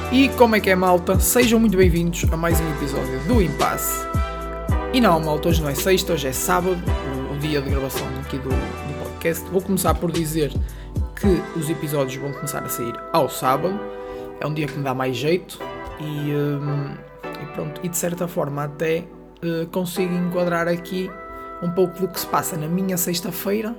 E como é que é, malta? Sejam muito bem-vindos a mais um episódio do Impasse. E não, malta, hoje não é sexta, hoje é sábado, o dia de gravação aqui do podcast. Vou começar por dizer que os episódios vão começar a sair ao sábado. É um dia que me dá mais jeito e pronto. E de certa forma até consigo enquadrar aqui um pouco do que se passa na minha sexta-feira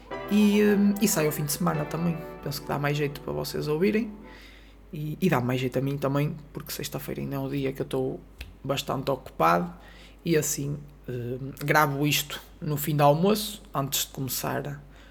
e sai ao fim de semana também. Penso que dá mais jeito para vocês ouvirem. E dá mais jeito a mim também, porque sexta-feira ainda é um dia que eu estou bastante ocupado e assim gravo isto no fim do almoço, antes de começar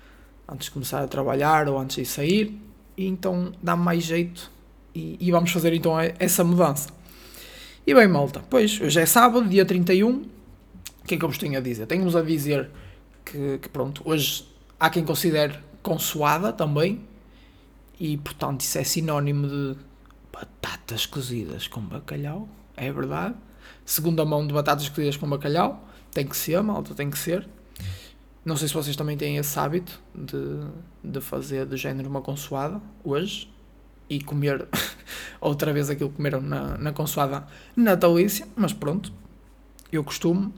a trabalhar ou antes de sair, e então dá-me mais jeito e vamos fazer então essa mudança. E bem, malta, pois hoje é sábado, dia 31, o que é que eu vos tenho a dizer? Tenho-vos a dizer que pronto, hoje há quem considere consoada também. E, portanto, isso é sinónimo de batatas cozidas com bacalhau, é verdade. Segunda mão de batatas cozidas com bacalhau, tem que ser, malta, tem que ser. Não sei se vocês também têm esse hábito de fazer do género uma consoada hoje e comer outra vez aquilo que comeram na consoada natalícia, mas pronto, eu costumo.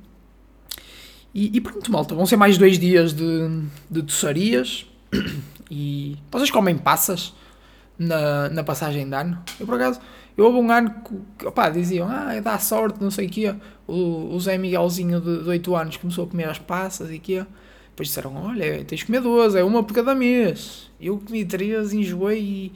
E pronto, malta, vão ser mais 2 dias de doçarias. E vocês comem passas na passagem de ano? Eu, por acaso, houve um ano que diziam, dá sorte, não sei o quê. O Zé Miguelzinho de 8 anos começou a comer as passas e quê. Depois disseram, olha, tens de comer 2, é uma por cada mês. Eu comi 3, enjoei e...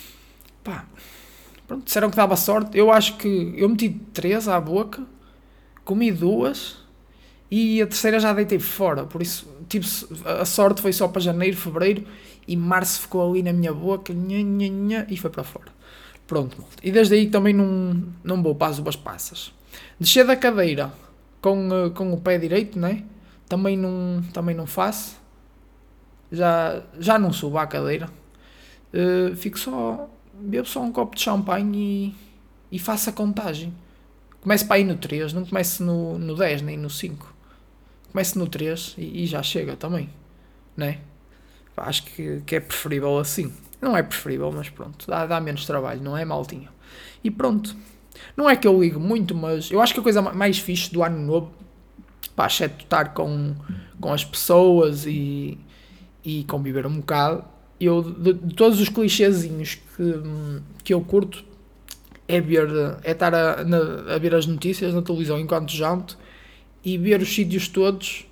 pronto, disseram que dava sorte. Eu acho que eu meti 3 à boca, comi 2... E a terceira já deitei fora, por isso a sorte foi só para janeiro, fevereiro e março ficou ali na minha boca e foi para fora. Pronto, malta. E desde aí também não vou para as uvas passas. Descer da cadeira com o pé direito, né? Também não faço. Já não subo à cadeira. Bebo só um copo de champanhe e faço a contagem. Começo para ir no 3, não começo no 10 nem no 5. Começo no 3 e já chega também, né? Acho que é preferível assim. Não é preferível, mas pronto, dá menos trabalho, não é, maltinha? E pronto. Não é que eu ligo muito, mas eu acho que a coisa mais fixe do ano novo, exceto estar com as pessoas e conviver um bocado, de todos os clichêzinhos que eu curto, é estar a ver as notícias na televisão enquanto janto e ver os sítios todos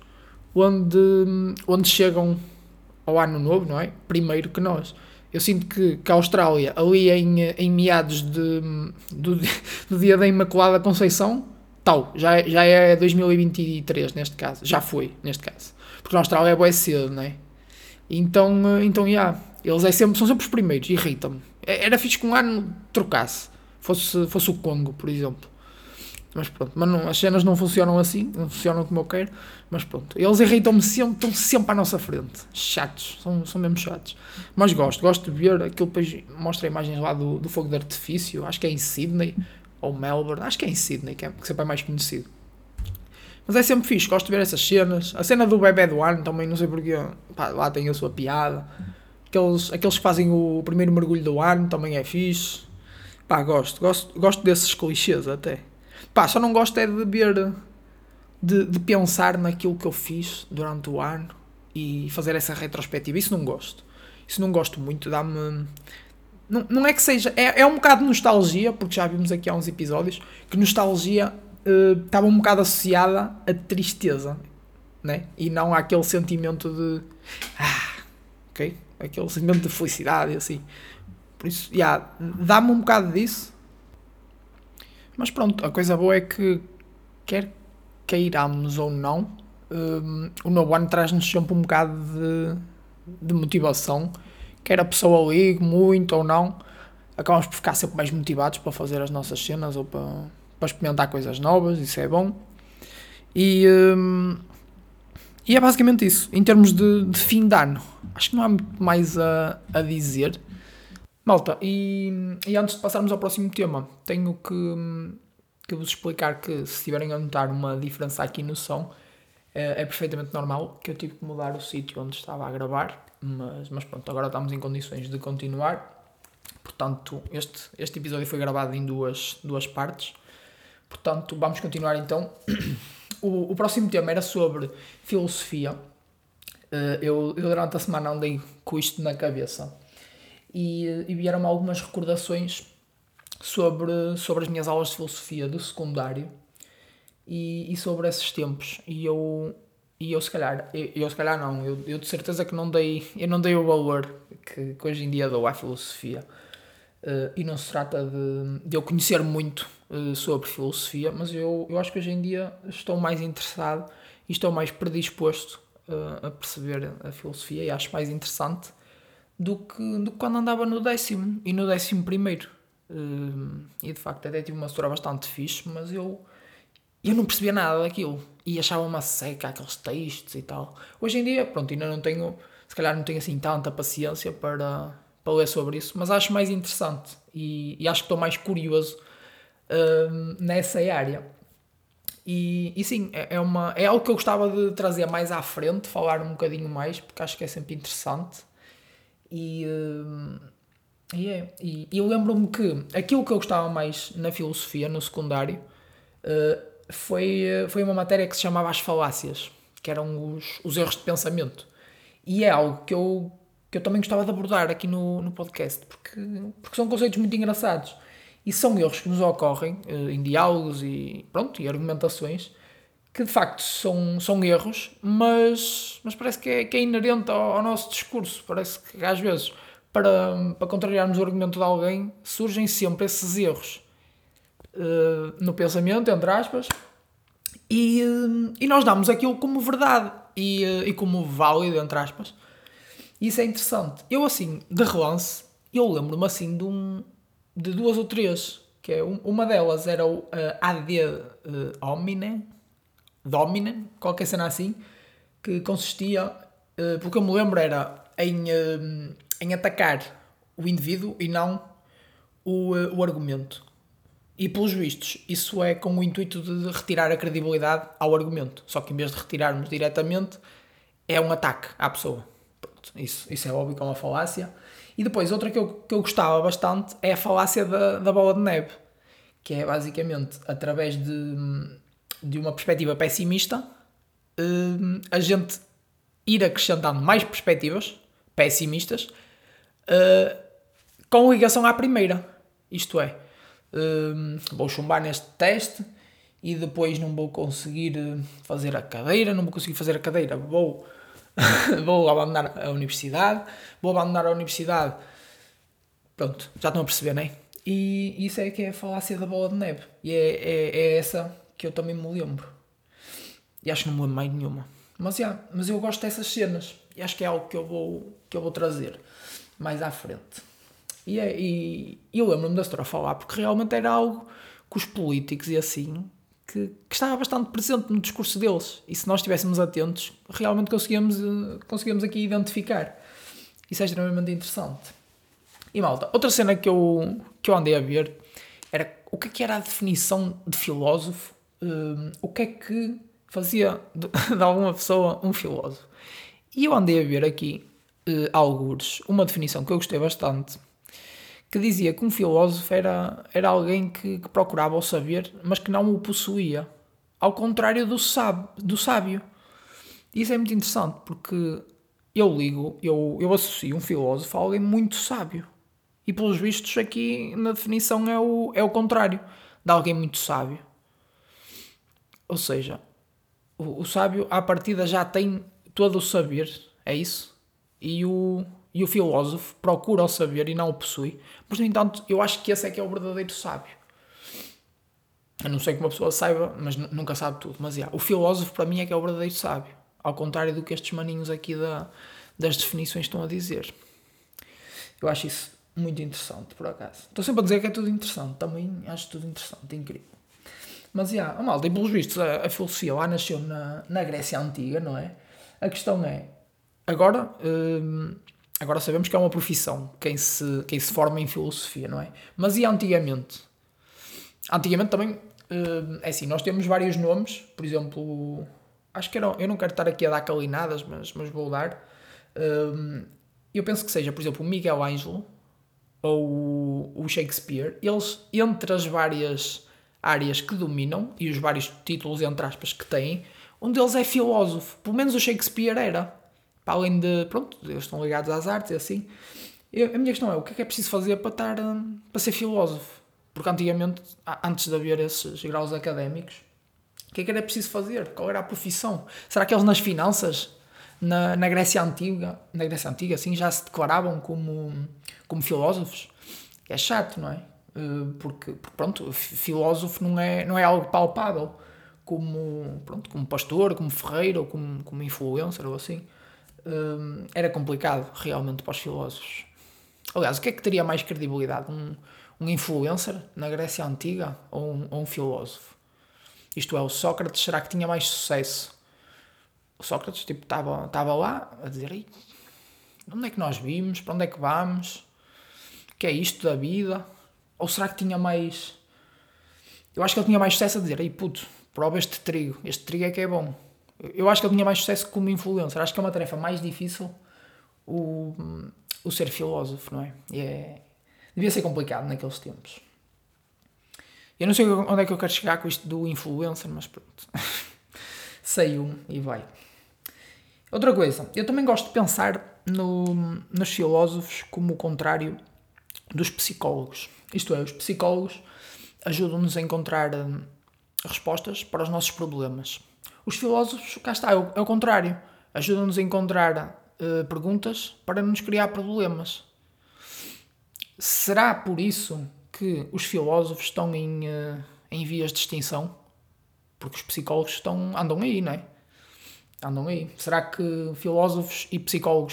onde chegam ao ano novo, não é? Primeiro que nós. Eu sinto que a Austrália, ali em meados do dia da Imaculada Conceição, já é 2023 neste caso. Já foi, neste caso. Porque na Austrália é bué cedo, não é? Então eles são sempre os primeiros, irritam-me. Era fixe que um ano trocasse. Fosse o Congo, por exemplo. Mas pronto, as cenas não funcionam assim, não funcionam como eu quero, mas pronto, eles irritam-me sempre, estão sempre à nossa frente, chatos, são mesmo chatos, mas gosto de ver aquilo, depois mostra imagens lá do fogo de artifício, acho que é em Sydney, ou Melbourne, acho que é em Sydney, que sempre é mais conhecido, mas é sempre fixe, gosto de ver essas cenas, a cena do bebé do ano também, não sei porquê, lá tem a sua piada, aqueles que fazem o primeiro mergulho do ano também é fixe, gosto desses clichês até. Só não gosto é de ver, de pensar naquilo que eu fiz durante o ano e fazer essa retrospectiva. Isso não gosto muito, dá-me... Não é que seja... É um bocado de nostalgia, porque já vimos aqui há uns episódios que nostalgia estava um bocado associada a tristeza, né? E não àquele sentimento de... ok? Aquele sentimento de felicidade, assim. Por isso, dá-me um bocado disso. Mas pronto, a coisa boa é que, quer queiramos ou não, o novo ano traz-nos sempre um bocado de motivação. Quer a pessoa ligue muito ou não, acabamos por ficar sempre mais motivados para fazer as nossas cenas ou para experimentar coisas novas, isso é bom. E é basicamente isso, em termos de fim de ano. Acho que não há muito mais a dizer. Malta, e antes de passarmos ao próximo tema, tenho que vos explicar que se estiverem a notar uma diferença aqui no som, é perfeitamente normal, que eu tive que mudar o sítio onde estava a gravar, mas pronto, agora estamos em condições de continuar, Portanto, este episódio foi gravado em duas partes. Portanto, vamos continuar então. O próximo tema era sobre filosofia. Eu durante a semana andei com isto na cabeça e vieram-me algumas recordações sobre as minhas aulas de filosofia do secundário e sobre esses tempos. E eu se calhar não, eu de certeza que não dei o valor que hoje em dia dou à filosofia. E não se trata de eu conhecer muito sobre filosofia, mas eu acho que hoje em dia estou mais interessado e estou mais predisposto a perceber a filosofia e acho mais interessante do que quando andava no 10º e no 11º. E de facto até tive uma história bastante fixe, mas eu não percebia nada daquilo e achava uma seca aqueles textos e tal. Hoje em dia, pronto, ainda não tenho, se calhar não tenho assim tanta paciência para ler sobre isso, mas acho mais interessante e acho que estou mais curioso nessa área. E sim, é algo que eu gostava de trazer mais à frente, falar um bocadinho mais, porque acho que é sempre interessante. E eu lembro-me que aquilo que eu gostava mais na filosofia, no secundário, foi uma matéria que se chamava as falácias, que eram os erros de pensamento. E é algo que eu também gostava de abordar aqui no podcast, porque são conceitos muito engraçados. E são erros que nos ocorrem em diálogos e argumentações, que de facto são erros, mas parece que é inerente ao nosso discurso. Parece que às vezes, para contrariarmos o argumento de alguém, surgem sempre esses erros no pensamento, entre aspas, e nós damos aquilo como verdade e como válido, entre aspas. E isso é interessante. Eu assim, de relance, eu lembro-me assim de duas ou três, que é uma delas era o ad hominem, qualquer cena assim, que consistia, porque eu me lembro era em atacar o indivíduo e não o argumento. E pelos vistos, isso é com o intuito de retirar a credibilidade ao argumento. Só que em vez de retirarmos diretamente, é um ataque à pessoa. Pronto, isso é óbvio que é uma falácia. E depois, outra que eu gostava bastante é a falácia da bola de neve, que é basicamente, através de uma perspectiva pessimista, a gente ir acrescentando mais perspectivas pessimistas com ligação à primeira. Isto é, vou chumbar neste teste e depois não vou conseguir fazer a cadeira, vou abandonar a universidade, pronto, já estão a perceber, não é? E isso é que é a falácia da bola de neve, e é essa que eu também me lembro, e acho que não me lembro mais nenhuma, mas eu gosto dessas cenas, e acho que é algo que eu vou trazer mais à frente. E eu lembro-me da história a falar, porque realmente era algo que os políticos e assim, que estava bastante presente no discurso deles. E se nós estivéssemos atentos, realmente conseguíamos aqui identificar. Isso é extremamente interessante. E malta, outra cena que eu andei a ver era o que era a definição de filósofo, o que é que fazia de alguma pessoa um filósofo. E eu andei a ver aqui, algures, uma definição que eu gostei bastante, que dizia que um filósofo era alguém que procurava o saber, mas que não o possuía. Ao contrário do sábio. E isso é muito interessante, porque eu associo um filósofo a alguém muito sábio. E pelos vistos aqui na definição é o contrário, de alguém muito sábio. Ou seja, o sábio à partida já tem todo o saber, é isso? E o filósofo procura o saber e não o possui. Mas, no entanto, eu acho que esse é que é o verdadeiro sábio. Eu não sei que uma pessoa saiba, mas nunca sabe tudo. Mas, o filósofo, para mim, é que é o verdadeiro sábio. Ao contrário do que estes maninhos aqui das definições estão a dizer. Eu acho isso muito interessante, por acaso. Estou sempre a dizer que é tudo interessante. Também acho tudo interessante, incrível. Mas, a malta, e pelos vistos, a filosofia lá nasceu na Grécia Antiga, não é? A questão é, agora sabemos que é uma profissão, quem se forma em filosofia, não é? Mas e antigamente? Antigamente também, é assim, nós temos vários nomes, por exemplo, acho que eu não quero estar aqui a dar calinadas, mas vou dar. Eu penso que seja, por exemplo, o Miguel Ângelo, ou o Shakespeare, eles, entre as várias áreas que dominam e os vários títulos, entre aspas, que têm, um deles é filósofo. Pelo menos o Shakespeare era. Para além de, pronto, eles estão ligados às artes e assim. A minha questão é, o que é preciso fazer para ser filósofo? Porque antigamente, antes de haver esses graus académicos, o que era preciso fazer? Qual era a profissão? Será que eles nas finanças, na Grécia Antiga, assim, já se declaravam como filósofos? É chato, não é? Porque pronto, filósofo não é algo palpável, como pastor, como ferreiro, ou como influencer, ou assim. Era complicado, realmente, para os filósofos. Aliás, o que é que teria mais credibilidade? Um influencer na Grécia Antiga ou um filósofo? Isto é, o Sócrates, será que tinha mais sucesso? O Sócrates, tipo, estava lá a dizer: "Ei, onde é que nós vimos? Para onde é que vamos? O que é isto da vida?" Ou será que tinha mais... Eu acho que ele tinha mais sucesso a dizer: "Ei, puto, prova este trigo é que é bom." Eu acho que ele tinha mais sucesso como influencer. Acho que é uma tarefa mais difícil o, o ser filósofo, não é? Devia ser complicado naqueles tempos. Eu não sei onde é que eu quero chegar com isto do influencer, mas pronto. Sei e vai. Outra coisa, eu também gosto de pensar nos filósofos como o contrário dos psicólogos. Isto é, os psicólogos ajudam-nos a encontrar respostas para os nossos problemas. Os filósofos, cá está, é o contrário. Ajudam-nos a encontrar perguntas para nos criar problemas. Será por isso que os filósofos estão em vias de extinção? Porque os psicólogos andam aí, não é? Andam aí. Será que filósofos e psicólogos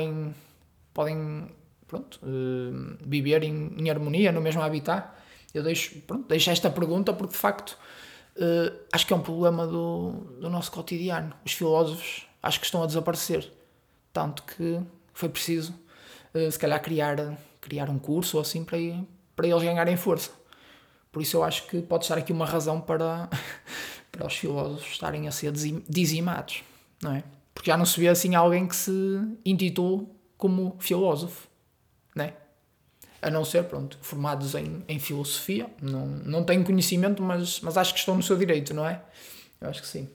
podem pronto, viver em harmonia no mesmo habitat? Eu deixo esta pergunta porque, de facto, acho que é um problema do nosso cotidiano. Os filósofos acho que estão a desaparecer. Tanto que foi preciso, se calhar, criar um curso ou assim para eles ganharem força. Por isso eu acho que pode estar aqui uma razão para, para os filósofos estarem a ser dizimados, não é? Porque já não se vê assim alguém que se intitule como filósofo, não é? A não ser, pronto, formados em filosofia. Não tenho conhecimento, mas acho que estão no seu direito, não é? Eu acho que sim.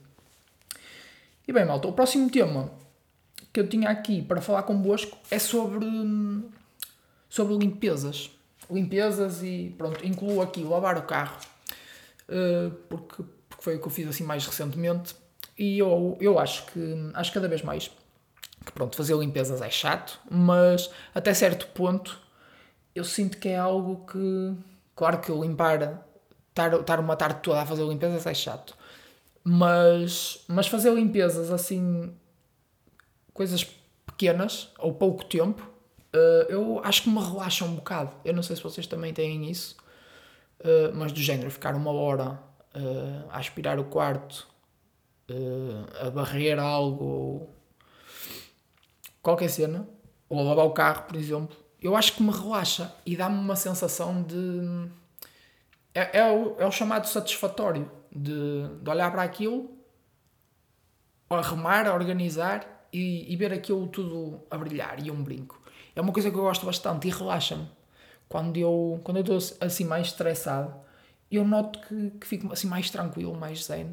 E bem, malta, o próximo tema que eu tinha aqui para falar convosco é sobre limpezas. Limpezas e, pronto, incluo aqui lavar o carro, porque foi o que eu fiz assim mais recentemente. E eu acho que cada vez mais que, pronto, fazer limpezas é chato, mas até certo ponto eu sinto que é algo que, claro que limpar, estar uma tarde toda a fazer limpezas é chato, mas fazer limpezas assim, coisas pequenas ou pouco tempo, eu acho que me relaxa um bocado. Eu não sei se vocês também têm isso, mas do género, ficar uma hora a aspirar o quarto, a varrer algo, ou qualquer cena, ou a lavar o carro, por exemplo, eu acho que me relaxa e dá-me uma sensação de... É o chamado satisfatório de olhar para aquilo, arrumar, organizar e ver aquilo tudo a brilhar e um brinco. É uma coisa que eu gosto bastante e relaxa-me. Quando eu estou assim mais estressado, eu noto que fico assim mais tranquilo, mais zen.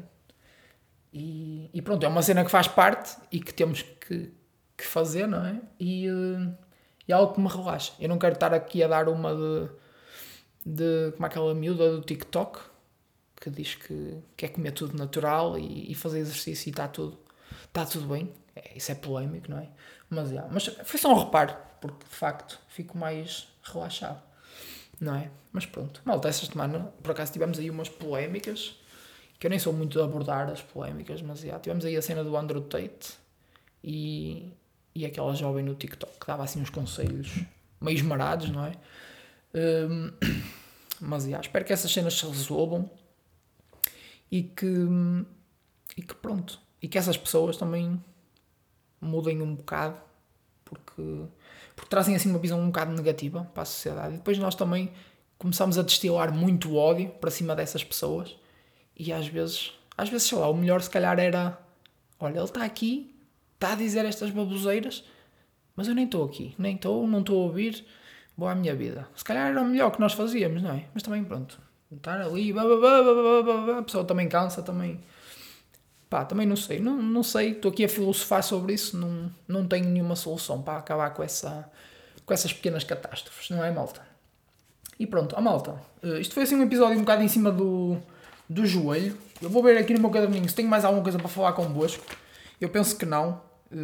E pronto, é uma cena que faz parte e que temos que fazer, não é? E é algo que me relaxa. Eu não quero estar aqui a dar uma de como aquela miúda do TikTok que diz que quer comer tudo natural e fazer exercício e está tudo bem. Isso é polémico, não é? Mas foi só um reparo, porque de facto fico mais relaxado, não é? Mas pronto, malta, esta semana por acaso tivemos aí umas polémicas, que eu nem sou muito de abordar as polémicas, mas tivemos aí a cena do Andrew Tate e aquela jovem no TikTok que dava assim uns conselhos meio esmarados, não é? Mas espero que essas cenas se resolvam e que pronto, e que essas pessoas também mudem um bocado, porque trazem assim uma visão um bocado negativa para a sociedade e depois nós também começamos a destilar muito ódio para cima dessas pessoas e às vezes sei lá, o melhor se calhar era: olha, ele está aqui, está a dizer estas baboseiras, mas eu nem estou aqui, não estou a ouvir, vou à minha vida. Se calhar era o melhor que nós fazíamos, não é? Mas também, pronto, estar ali, a pessoa também cansa, também... Pá, também não sei, não sei, estou aqui a filosofar sobre isso, não tenho nenhuma solução para acabar com essas pequenas catástrofes, não é, malta? E pronto, a malta, isto foi assim um episódio um bocado em cima do joelho. Eu vou ver aqui no meu caderninho se tenho mais alguma coisa para falar convosco. Eu penso que não.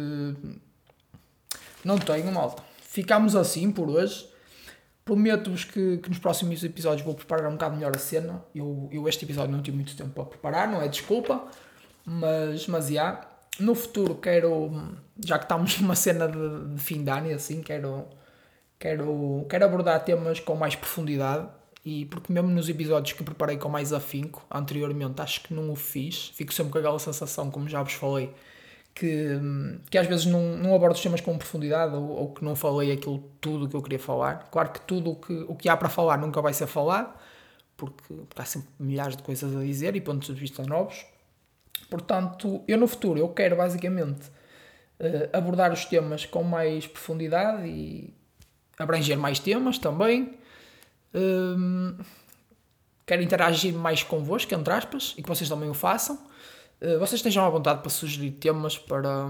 Não tenho, malta. Ficámos assim por hoje. Prometo-vos que nos próximos episódios vou preparar um bocado melhor a cena. Eu este episódio não tive muito tempo para preparar, não é desculpa. Mas já. No futuro quero, já que estamos numa cena de fim de ano e assim, quero abordar temas com mais profundidade. E porque mesmo nos episódios que preparei com mais afinco anteriormente, acho que não o fiz. Fico sempre com aquela sensação, como já vos falei, que às vezes não abordo os temas com profundidade ou que não falei aquilo tudo que eu queria falar. Claro que tudo o que há para falar nunca vai ser falado, porque há sempre milhares de coisas a dizer e pontos de vista novos. Portanto, eu no futuro eu quero basicamente abordar os temas com mais profundidade e abranger mais temas também. Quero interagir mais convosco, entre aspas, e que vocês também o façam. Vocês estejam à vontade para sugerir temas para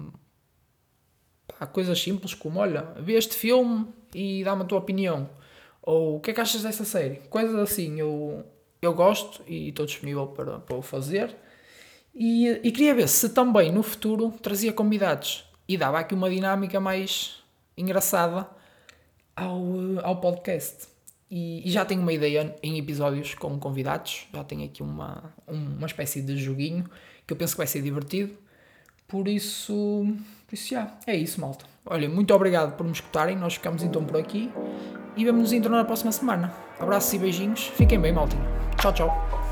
coisas simples como, olha, vê este filme e dá-me a tua opinião. Ou o que é que achas dessa série? Coisas assim, eu gosto e estou disponível para o fazer. E queria ver se também no futuro trazia convidados e dava aqui uma dinâmica mais engraçada ao podcast. E já tenho uma ideia em episódios com convidados, já tenho aqui uma espécie de joguinho que eu penso que vai ser divertido. Por isso já, é isso, malta. Olha, muito obrigado por me escutarem, nós ficamos então por aqui e vemo-nos então na próxima semana. Abraços e beijinhos, fiquem bem, maltinho. Tchau, tchau.